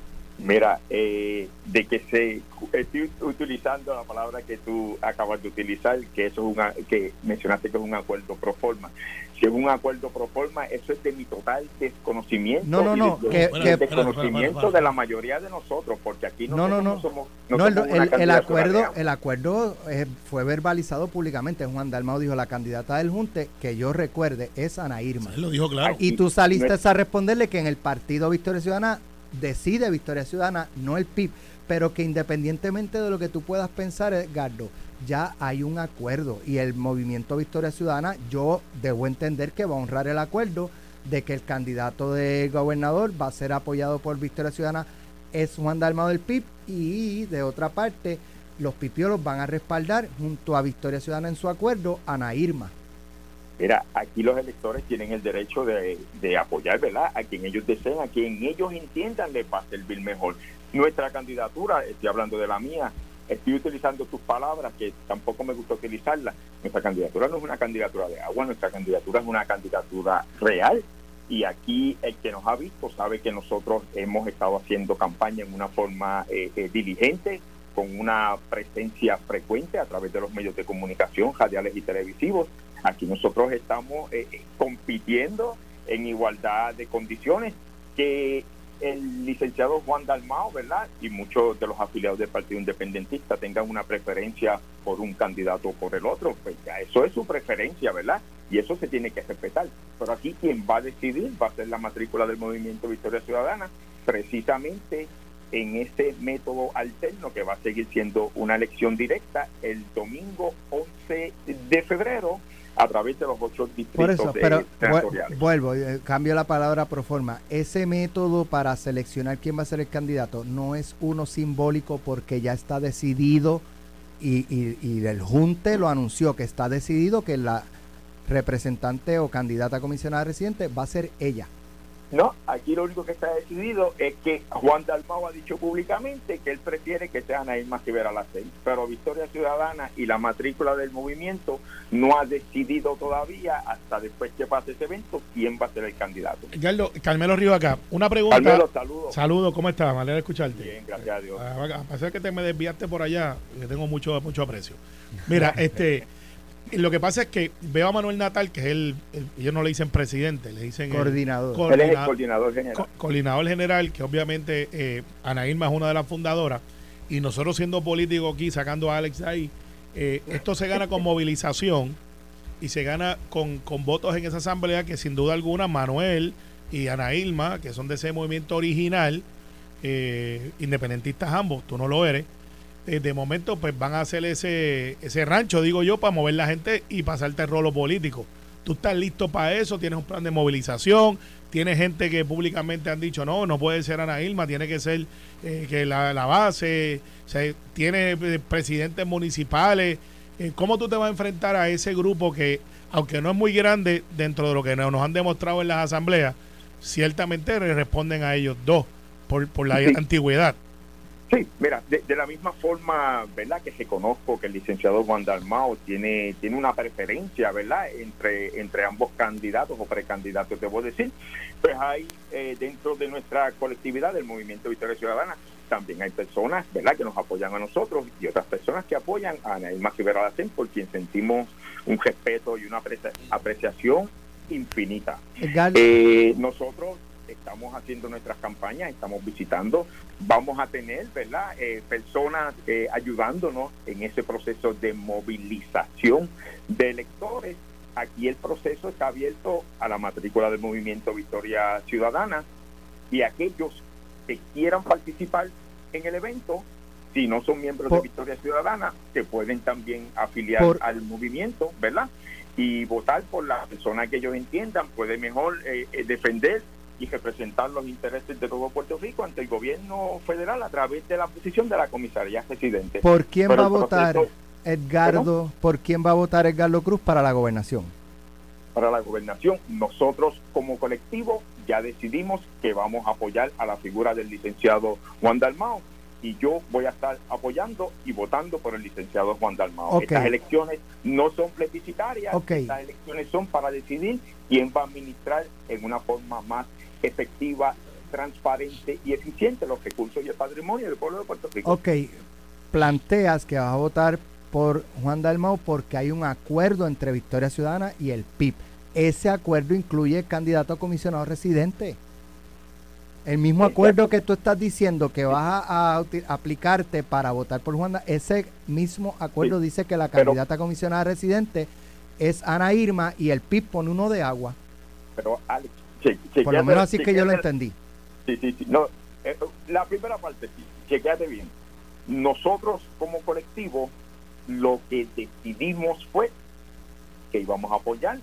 Mira, eh, de que se estoy utilizando la palabra que tú acabas de utilizar, que eso es una, que mencionaste que es un acuerdo pro forma. Si es un acuerdo pro forma, eso es de mi total desconocimiento. No, no, no, y de, que, de, que, de desconocimiento para, para, para. de la mayoría de nosotros, porque aquí no, no, somos, no, no somos, no no, somos el, una el, el acuerdo, de el acuerdo eh, fue verbalizado públicamente. Juan Dalmau dijo, la candidata del Junte, que yo recuerde, es Ana Irma. Él lo dijo claro. Y tú saliste no es, a responderle que en el partido Victoria Ciudadana decide Victoria Ciudadana, no el P I B, pero que independientemente de lo que tú puedas pensar, Edgardo, ya hay un acuerdo y el movimiento Victoria Ciudadana, yo debo entender que va a honrar el acuerdo de que el candidato de gobernador va a ser apoyado por Victoria Ciudadana, es Juan Dalmau del P I B, y de otra parte los pipiolos van a respaldar junto a Victoria Ciudadana en su acuerdo a Ana Irma. Mira, aquí los electores tienen el derecho de, de apoyar, ¿verdad?, a quien ellos deseen, a quien ellos entiendan les va a servir mejor. Nuestra candidatura, estoy hablando de la mía, estoy utilizando tus palabras, que tampoco me gusta utilizarlas. Nuestra candidatura no es una candidatura de agua, nuestra candidatura es una candidatura real. Y aquí el que nos ha visto sabe que nosotros hemos estado haciendo campaña en una forma eh, eh, diligente, con una presencia frecuente a través de los medios de comunicación, radiales y televisivos. Aquí nosotros estamos eh, compitiendo en igualdad de condiciones, que el licenciado Juan Dalmau, ¿verdad?, y muchos de los afiliados del Partido Independentista tengan una preferencia por un candidato o por el otro, pues ya eso es su preferencia, ¿verdad?, y eso se tiene que respetar. Pero aquí quien va a decidir va a ser la matrícula del Movimiento Victoria Ciudadana, precisamente en ese método alterno que va a seguir siendo una elección directa el domingo once de febrero a través de los ocho distritos. Por eso, de, pero senatoriales. Vuelvo, eh, cambio la palabra pro forma. Ese método para seleccionar quién va a ser el candidato no es uno simbólico, porque ya está decidido y, y, y el Junte lo anunció, que está decidido que la representante o candidata a comisionada residente va a ser ella. No, aquí lo único que está decidido es que Juan Dalmau ha dicho públicamente que él prefiere que sea Ana Irma Rivera Lacén, pero Victoria Ciudadana y la matrícula del movimiento no ha decidido todavía, hasta después que pase ese evento, quién va a ser el candidato. Carlos, Carmelo Río acá. Una pregunta. Carmelo, saludos. Saludos, ¿cómo estás? Me alegra escucharte. Bien, gracias a Dios. A, a pesar que te me desviaste por allá, que tengo mucho, mucho aprecio. Mira, este... Lo que pasa es que veo a Manuel Natal, que es el, el ellos no le dicen presidente, le dicen coordinador. El, coordinador. Él es el coordinador general. Co- coordinador general, que obviamente eh, Ana Irma es una de las fundadoras, y nosotros siendo políticos aquí, sacando a Alex de ahí, eh, esto se gana con movilización y se gana con, con votos en esa asamblea, que sin duda alguna Manuel y Ana Irma, que son de ese movimiento original, eh, independentistas ambos, tú no lo eres, de momento pues van a hacer ese ese rancho, digo yo, para mover la gente y pasarte el rolo político. Tú estás listo para eso, tienes un plan de movilización, tienes gente que públicamente han dicho no, no puede ser Ana Irma, tiene que ser eh, que la, la base, o sea, tiene eh, presidentes municipales. Eh, ¿Cómo tú te vas a enfrentar a ese grupo que, aunque no es muy grande dentro de lo que nos han demostrado en las asambleas, ciertamente responden a ellos dos por, por la sí. antigüedad? Sí, mira, de, de la misma forma, ¿verdad?, que reconozco que el licenciado Juan Dalmau tiene tiene una preferencia, ¿verdad?, entre entre ambos candidatos o precandidatos, debo decir, pues hay eh, dentro de nuestra colectividad del Movimiento Victoria Ciudadana, también hay personas, ¿verdad?, que nos apoyan a nosotros y otras personas que apoyan a Ana Irma Rivera Lacén, por quien sentimos un respeto y una aprecia, apreciación infinita. Eh, nosotros estamos haciendo nuestras campañas, estamos visitando, vamos a tener, ¿verdad?, eh, personas eh, ayudándonos en ese proceso de movilización de electores. Aquí el proceso está abierto a la matrícula del Movimiento Victoria Ciudadana y aquellos que quieran participar en el evento, si no son miembros por, de Victoria Ciudadana, que pueden también afiliar por, al movimiento, ¿verdad?, y votar por la persona que ellos entiendan puede mejor eh, eh, defender y representar los intereses de todo Puerto Rico ante el gobierno federal a través de la posición de la comisaría residente. ¿Por quién Pero va a votar proceso, Edgardo? ¿no? ¿Por quién va a votar Edgardo Cruz para la gobernación? Para la gobernación, nosotros como colectivo ya decidimos que vamos a apoyar a la figura del licenciado Juan Dalmau y yo voy a estar apoyando y votando por el licenciado Juan Dalmau. Okay. Estas elecciones no son plebiscitarias, okay. Estas elecciones son para decidir quién va a administrar en una forma más efectiva, transparente y eficiente los recursos y el patrimonio del pueblo de Puerto Rico. Ok, planteas que vas a votar por Juan Dalmau porque hay un acuerdo entre Victoria Ciudadana y el P I B. Ese acuerdo incluye candidato a comisionado residente. El mismo acuerdo que tú estás diciendo que vas a, a aplicarte para votar por Juan Dalmau, ese mismo acuerdo sí, dice que la candidata pero, a comisionada residente es Ana Irma y el P I B pone uno de agua. Pero Alex, che, che, por lo menos así che, que yo lo entendí. Sí, sí, sí. No, eh, la primera parte sí, chequéate bien. Nosotros como colectivo lo que decidimos fue que íbamos a apoyar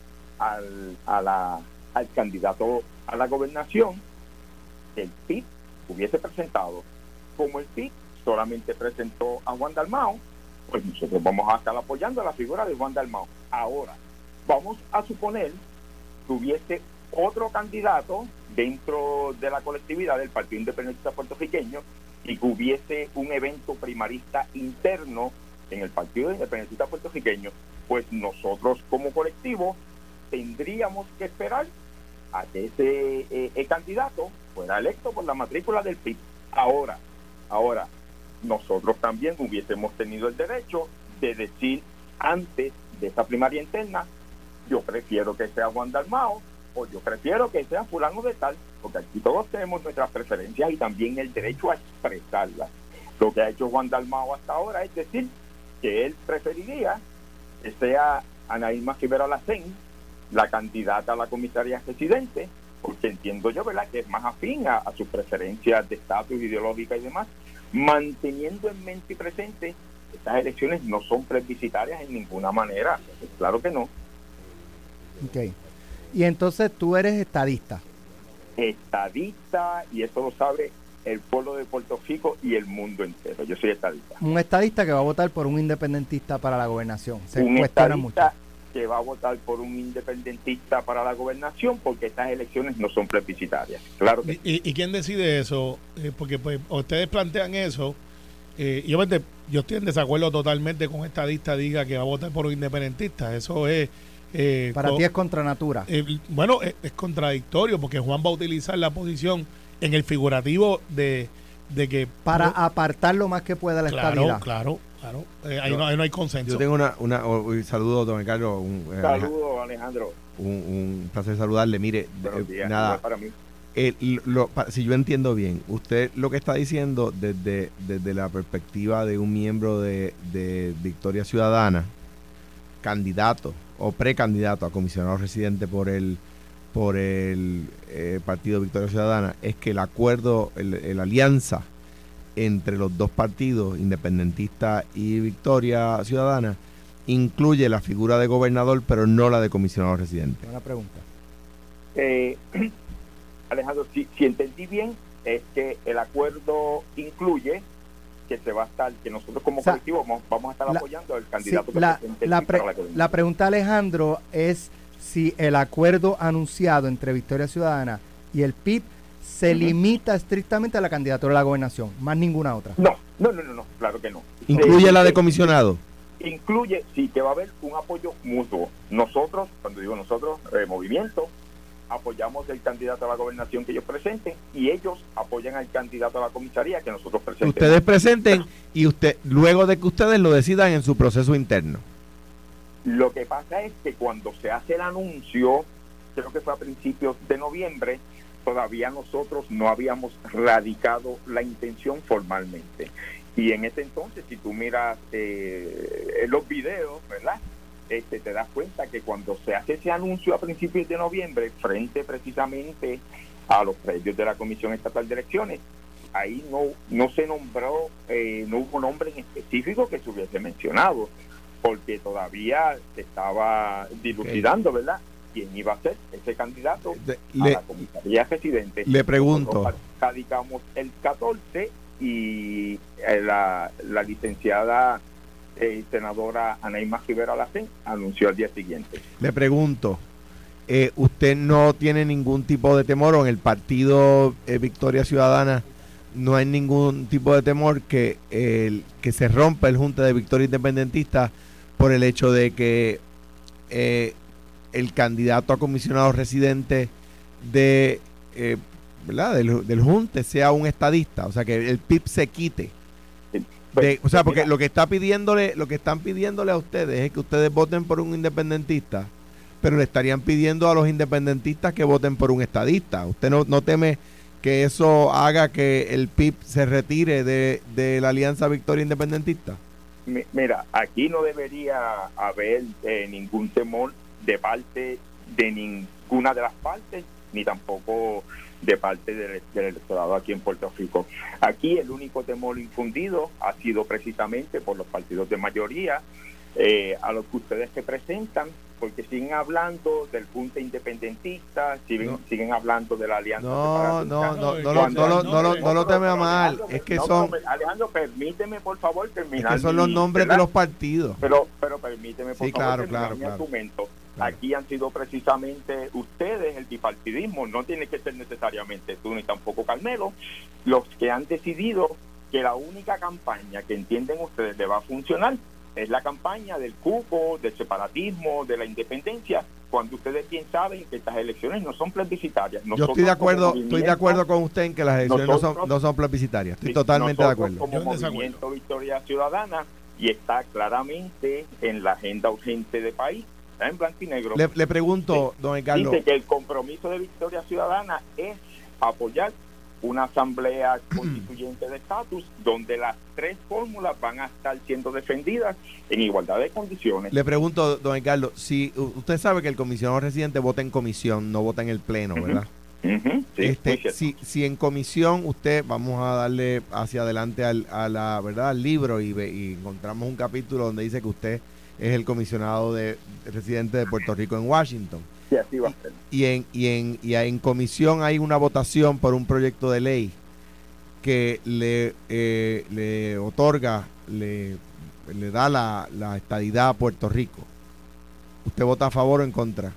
al, a la, al candidato a la gobernación que el P I B hubiese presentado. Como el P I B solamente presentó a Juan Dalmau, pues nosotros vamos a estar apoyando a la figura de Juan Dalmau. Ahora, vamos a suponer que hubiese otro candidato dentro de la colectividad del Partido Independentista Puertorriqueño y que hubiese un evento primarista interno en el Partido Independentista Puertorriqueño, pues nosotros como colectivo tendríamos que esperar a que ese eh, el candidato fuera electo por la matrícula del P I B. Ahora, ahora, nosotros también hubiésemos tenido el derecho de decir antes de esa primaria interna, yo prefiero que sea Juan Dalmau o yo prefiero que sea fulano de tal, porque aquí todos tenemos nuestras preferencias y también el derecho a expresarlas. Lo que ha hecho Juan Dalmau hasta ahora es decir que él preferiría que sea Ana Irma Rivera Lacén la candidata a la comisaría residente, porque entiendo yo, ¿verdad?, que es más afín a, a sus preferencias de estatus ideológica y demás, manteniendo en mente y presente estas elecciones no son plebiscitarias en ninguna manera. Claro que no. Ok. Y entonces tú eres estadista. Estadista, y eso lo sabe el pueblo de Puerto Rico y el mundo entero. Yo soy estadista. Un estadista que va a votar por un independentista para la gobernación. Se un estadista mucho. Que va a votar por un independentista para la gobernación porque estas elecciones no son plebiscitarias. Claro que ¿Y, y, ¿y quién decide eso? Eh, porque pues ustedes plantean eso. Eh, yo, yo estoy en desacuerdo totalmente con estadista diga que va a votar por un independentista. Eso es... Eh, para con, ti es contra natura. Eh, bueno, es, es contradictorio porque Juan va a utilizar la posición en el figurativo de, de que... Para no, apartar lo más que pueda la claro, estabilidad. Claro, claro. Eh, ahí, no, ahí no hay consenso. Yo tengo una... una un saludo, don Carlos. Un, saludo, Alejandro. Un, un placer saludarle. Mire, Buenos días, eh, nada... para mí. Eh, lo, para, si yo entiendo bien, usted lo que está diciendo desde, desde la perspectiva de un miembro de, de Victoria Ciudadana, candidato o precandidato a comisionado residente por el por el eh, Partido Victoria Ciudadana, es que el acuerdo, el, el alianza entre los dos partidos, independentista y Victoria Ciudadana, incluye la figura de gobernador, pero no la de comisionado residente. Una pregunta. Eh, Alejandro, si, si entendí bien, es que el acuerdo incluye que se va a estar, que nosotros como o sea, colectivo vamos, vamos a estar la, apoyando al candidato sí, la, la, pre, la, la pregunta, Alejandro, es si el acuerdo anunciado entre Victoria Ciudadana y el P I B se uh-huh. limita estrictamente a la candidatura a la gobernación, más ninguna otra. No, no, no, no, no claro que no. ¿Incluye eh, la de eh, comisionado? Incluye, sí, que va a haber un apoyo mutuo. Nosotros, cuando digo nosotros, eh, movimiento, apoyamos el candidato a la gobernación que ellos presenten y ellos apoyan al candidato a la comisaría que nosotros presentemos. Ustedes presenten y usted luego de que ustedes lo decidan en su proceso interno. Lo que pasa es que cuando se hace el anuncio, creo que fue a principios de noviembre, todavía nosotros no habíamos radicado la intención formalmente. Y en ese entonces, si tú miras eh, los videos, ¿verdad? Este, te das cuenta que cuando se hace ese anuncio a principios de noviembre, frente precisamente a los predios de la Comisión Estatal de Elecciones, ahí no no se nombró, eh, no hubo nombre en específico que se hubiese mencionado, porque todavía se estaba dilucidando, okay. ¿verdad?, quién iba a ser ese candidato de, a le, la comisaría residente. Le pregunto. Nosotros radicamos el catorce y eh, la, la licenciada Eh, senadora Anaíma Rivera Lacén anunció al día siguiente. Le pregunto, eh, ¿usted no tiene ningún tipo de temor o en el partido eh, Victoria Ciudadana no hay ningún tipo de temor que, eh, que se rompa el Junta de Victoria Independentista por el hecho de que eh, el candidato a comisionado residente de, eh, ¿verdad? del, del Junte sea un estadista? O sea, que el P I B se quite. De, o sea, porque lo que está pidiéndole, lo que están pidiéndole a ustedes es que ustedes voten por un independentista, pero le estarían pidiendo a los independentistas que voten por un estadista. ¿Usted no, no teme que eso haga que el P I B se retire de, de la Alianza Victoria Independentista? Mira, aquí no debería haber eh, ningún temor de parte de ninguna de las partes, ni tampoco de parte del, del electorado aquí en Puerto Rico. Aquí el único temor infundido ha sido precisamente por los partidos de mayoría, eh, a los que ustedes se presentan, porque siguen hablando del Junta Independentista, siguen, no. siguen hablando de la Alianza. No, no, no, no, no, no, no, no, no lo teme a mal, es que son... Alejandro, permíteme por favor terminar. Es que son los nombres ¿verdad? de los partidos. Pero, pero permíteme por sí, favor claro, terminar claro, mi claro. argumento. Aquí han sido precisamente ustedes, el bipartidismo, no tiene que ser necesariamente tú ni tampoco Carmelo, los que han decidido que la única campaña que entienden ustedes le va a funcionar es la campaña del cupo, del separatismo, de la independencia, cuando ustedes bien saben que estas elecciones no son plebiscitarias. Nosotros Yo estoy de acuerdo, estoy de acuerdo con usted en que las elecciones nosotros, no son no son plebiscitarias. Estoy sí, totalmente de acuerdo. Como Movimiento Victoria Ciudadana, y está claramente en la agenda urgente de país, está en blanco y negro. Le, le pregunto, sí, don Carlos. Dice que el compromiso de Victoria Ciudadana es apoyar una asamblea constituyente de estatus donde las tres fórmulas van a estar siendo defendidas en igualdad de condiciones. Le pregunto, don Carlos, si usted sabe que el comisionado residente vota en comisión, no vota en el pleno, ¿verdad? Uh-huh. Sí, este, si, si en comisión usted, vamos a darle hacia adelante al, a la verdad al libro y, y encontramos un capítulo donde dice que usted es el comisionado de residente de Puerto Rico en Washington. Sí, así va a ser. Y en, y, en, y en comisión hay una votación por un proyecto de ley que le, eh, le otorga, le, le da la, la estadidad a Puerto Rico. ¿Usted vota a favor o en contra?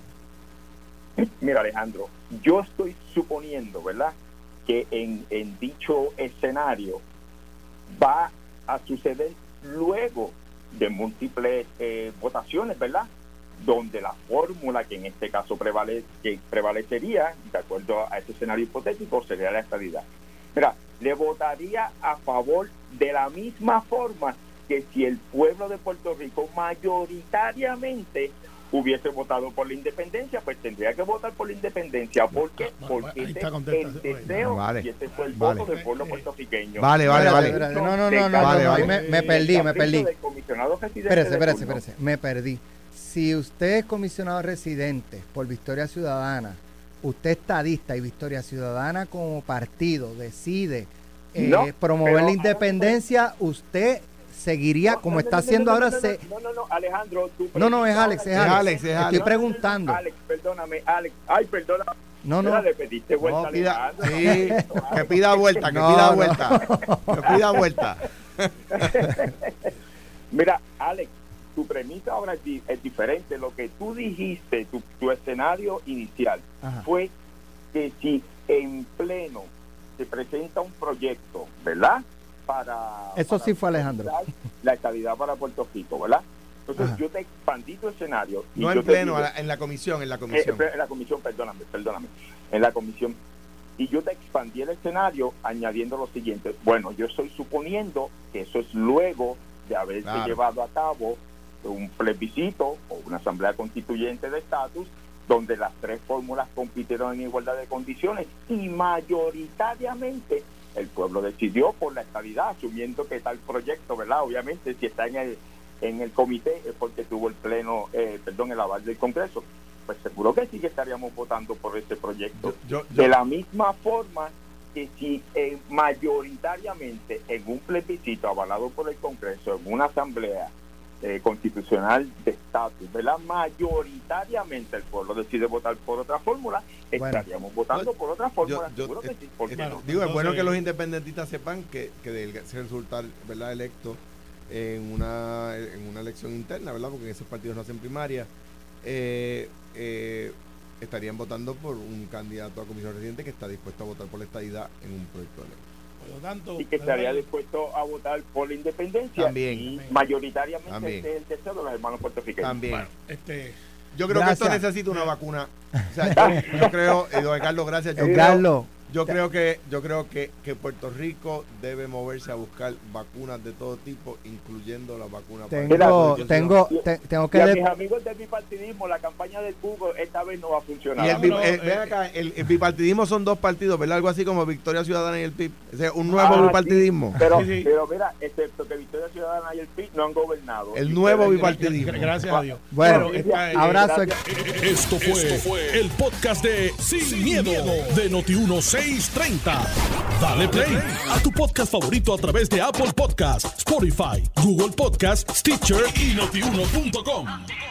Mira, Alejandro, yo estoy suponiendo, ¿verdad?, que en, en dicho escenario va a suceder luego de múltiples eh, votaciones, ¿verdad?, donde la fórmula que en este caso prevale, que prevalecería, de acuerdo a ese escenario hipotético, sería la estadidad. Mira, le votaría a favor de la misma forma que si el pueblo de Puerto Rico mayoritariamente hubiese votado por la independencia, pues tendría que votar por la independencia. ¿Por qué? Porque ese es el deseo vale, y ese fue el vale. voto del pueblo puertorriqueño. Vale, vale, vale. No, no, no, no, no, vale, no, vale. Me, me perdí, me perdí. Espérese, espérese, turno. espérese, me perdí. Si usted es comisionado residente por Victoria Ciudadana, usted estadista y Victoria Ciudadana como partido decide eh, no, promover la independencia, usted seguiría no, como no, está no, haciendo no, ahora. no, se... no, no, no, Alejandro, tú no, no, es Alex, es Alex. Alex, es Alex. Estoy preguntando. Alex, perdóname, Alex. Ay, perdóname. No, no. Mira, le pediste vuelta, No, pida, Alejandro. sí, que pida vuelta, que No, pida no. vuelta. Que pida vuelta. Mira, Alex, tu premisa ahora es, di- es diferente. Lo que tú dijiste, tu, tu escenario inicial, Ajá. fue que si en pleno se presenta un proyecto, ¿verdad? Para... Eso para sí fue Alejandro. La estabilidad para Puerto Rico, ¿verdad? Entonces Ajá. yo te expandí tu escenario. Y No yo en te pleno, digo- a la- en la comisión, en la Eh, comisión. en la comisión, perdóname, perdóname. En la comisión. Y yo te expandí el escenario añadiendo lo siguiente. Bueno, yo estoy suponiendo que eso es luego de haberse Claro. llevado a cabo un plebiscito o una asamblea constituyente de estatus donde las tres fórmulas compitieron en igualdad de condiciones y mayoritariamente el pueblo decidió por la estabilidad, asumiendo que tal proyecto, ¿verdad? Obviamente, si está en el en el comité es porque tuvo el pleno, eh, perdón, el aval del Congreso. Pues seguro que sí que estaríamos votando por este proyecto. Yo- yo- de la misma forma que si eh, mayoritariamente en un plebiscito avalado por el Congreso, en una asamblea eh, constitucional de estatus, ¿verdad? Mayoritariamente el pueblo decide votar por otra fórmula, Bueno. estaríamos votando por otra fórmula. yo- seguro que eh, sí, ¿por qué eh, no? Digo, es bueno Entonces- que los independentistas sepan que, que de resultar, ¿verdad?, electo en una en una elección interna, ¿verdad? Porque esos partidos no hacen primaria, eh, eh, estarían votando por un candidato a comisión residente que está dispuesto a votar por la estadidad en un proyecto de ley. Por lo tanto, Y que estaría dispuesto a votar por la independencia. También. Y También. mayoritariamente También. este es el deseo de los hermanos puertorriqueños. También. bueno, este, Yo creo Gracias. que esto necesita una vacuna. O sea, yo, yo creo, eh, don Carlos, gracias. Yo creo, Carlos, yo creo que yo creo que, que Puerto Rico debe moverse a buscar vacunas de todo tipo, incluyendo las vacunas para tengo, Mira, tengo, te- tengo que Y a de- mis amigos del bipartidismo, la campaña del Cubo esta vez no va a funcionar. Y el, bi- No, no, eh, eh, ven acá, el, el bipartidismo son dos partidos, ¿verdad? Algo así como Victoria Ciudadana y el P I B. O sea, un nuevo Ah, bipartidismo. Pero, Sí, sí. pero mira, excepto que Victoria Ciudadana y el P I B no han gobernado. El Y nuevo ustedes- bipartidismo. gra- gracias a Dios. Bueno, Pero esta, eh, abrazo. gracias. Esto fue, el podcast de Sin, miedo, de Noti uno seiscientos treinta. Dale play a tu podcast favorito a través de Apple Podcasts, Spotify, Google Podcasts, Stitcher y notiuno punto com.